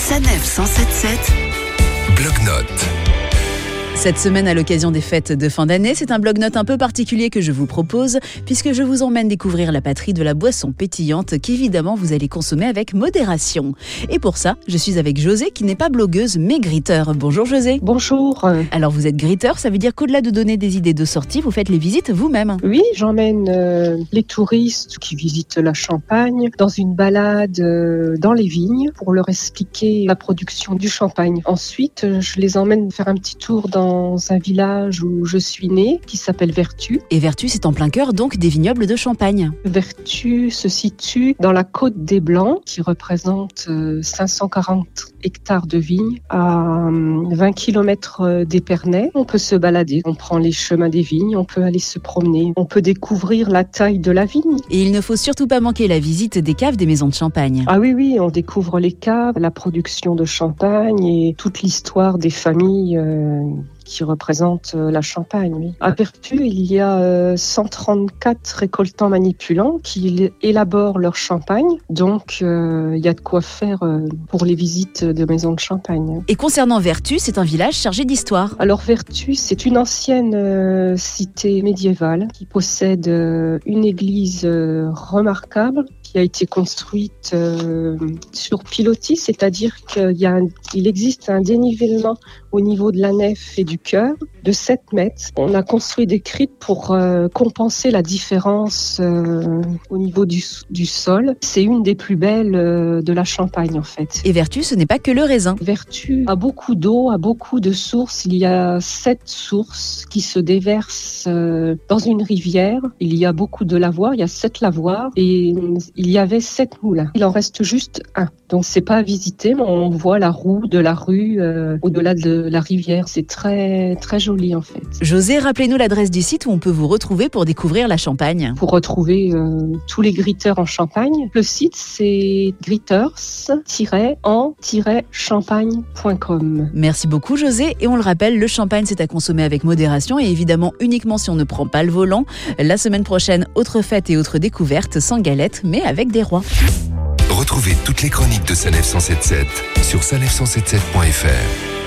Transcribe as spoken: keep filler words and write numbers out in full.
Sanef cent sept sept, Bloc-Notes. Cette semaine, à l'occasion des fêtes de fin d'année, c'est un bloc-notes un peu particulier que je vous propose, puisque je vous emmène découvrir la patrie de la boisson pétillante qu'évidemment vous allez consommer avec modération. Et pour ça, je suis avec José, qui n'est pas blogueuse, mais gritteur. Bonjour José. Bonjour. Alors vous êtes gritteur, ça veut dire qu'au-delà de donner des idées de sortie, vous faites les visites vous-même. Oui, j'emmène euh, les touristes qui visitent la Champagne dans une balade euh, dans les vignes pour leur expliquer la production du champagne. Ensuite, je les emmène faire un petit tour dans dans un village où je suis née, qui s'appelle Vertus. Et Vertus, c'est en plein cœur donc des vignobles de Champagne. Vertus se situe dans la côte des Blancs, qui représente cinq cent quarante hectares de vignes, à vingt kilomètres d'Épernay. On peut se balader, on prend les chemins des vignes, on peut aller se promener, on peut découvrir la taille de la vigne. Et il ne faut surtout pas manquer la visite des caves des maisons de Champagne. Ah oui, oui, on découvre les caves, la production de champagne et toute l'histoire des familles euh, qui représente la Champagne. Oui. À Vertus, il y a cent trente-quatre récoltants manipulants qui élaborent leur champagne. Donc, euh, il y a de quoi faire pour les visites de maisons de champagne. Et concernant Vertus, c'est un village chargé d'histoire. Alors, Vertus, c'est une ancienne euh, cité médiévale qui possède euh, une église euh, remarquable qui a été construite euh, sur pilotis, c'est-à-dire qu'il y a un, il existe un dénivellement au niveau de la nef et du chœur de sept mètres. On a construit des crites pour euh, compenser la différence euh, au niveau du, du sol. C'est une des plus belles euh, de la Champagne en fait. Et Vertus, ce n'est pas que le raisin. Vertus a beaucoup d'eau, a beaucoup de sources. Il y a sept sources qui se déversent euh, dans une rivière. Il y a beaucoup de lavoirs, il y a sept lavoirs et il y avait sept moulins. Il en reste juste un. Donc c'est pas à visiter, mais on voit la roue de la rue euh, au-delà de la rivière. C'est très très joli en fait. José, rappelez-nous l'adresse du site où on peut vous retrouver pour découvrir la Champagne. Pour retrouver euh, tous les gritteurs en Champagne, le site c'est gritters tiret en tiret champagne point com. Merci beaucoup José, et on le rappelle, le champagne c'est à consommer avec modération et évidemment uniquement si on ne prend pas le volant. La semaine prochaine, autre fête et autres découvertes sans galette mais avec des rois. Retrouvez toutes les chroniques de Sanef cent soixante-dix-sept sur sanef cent soixante-dix-sept point f r.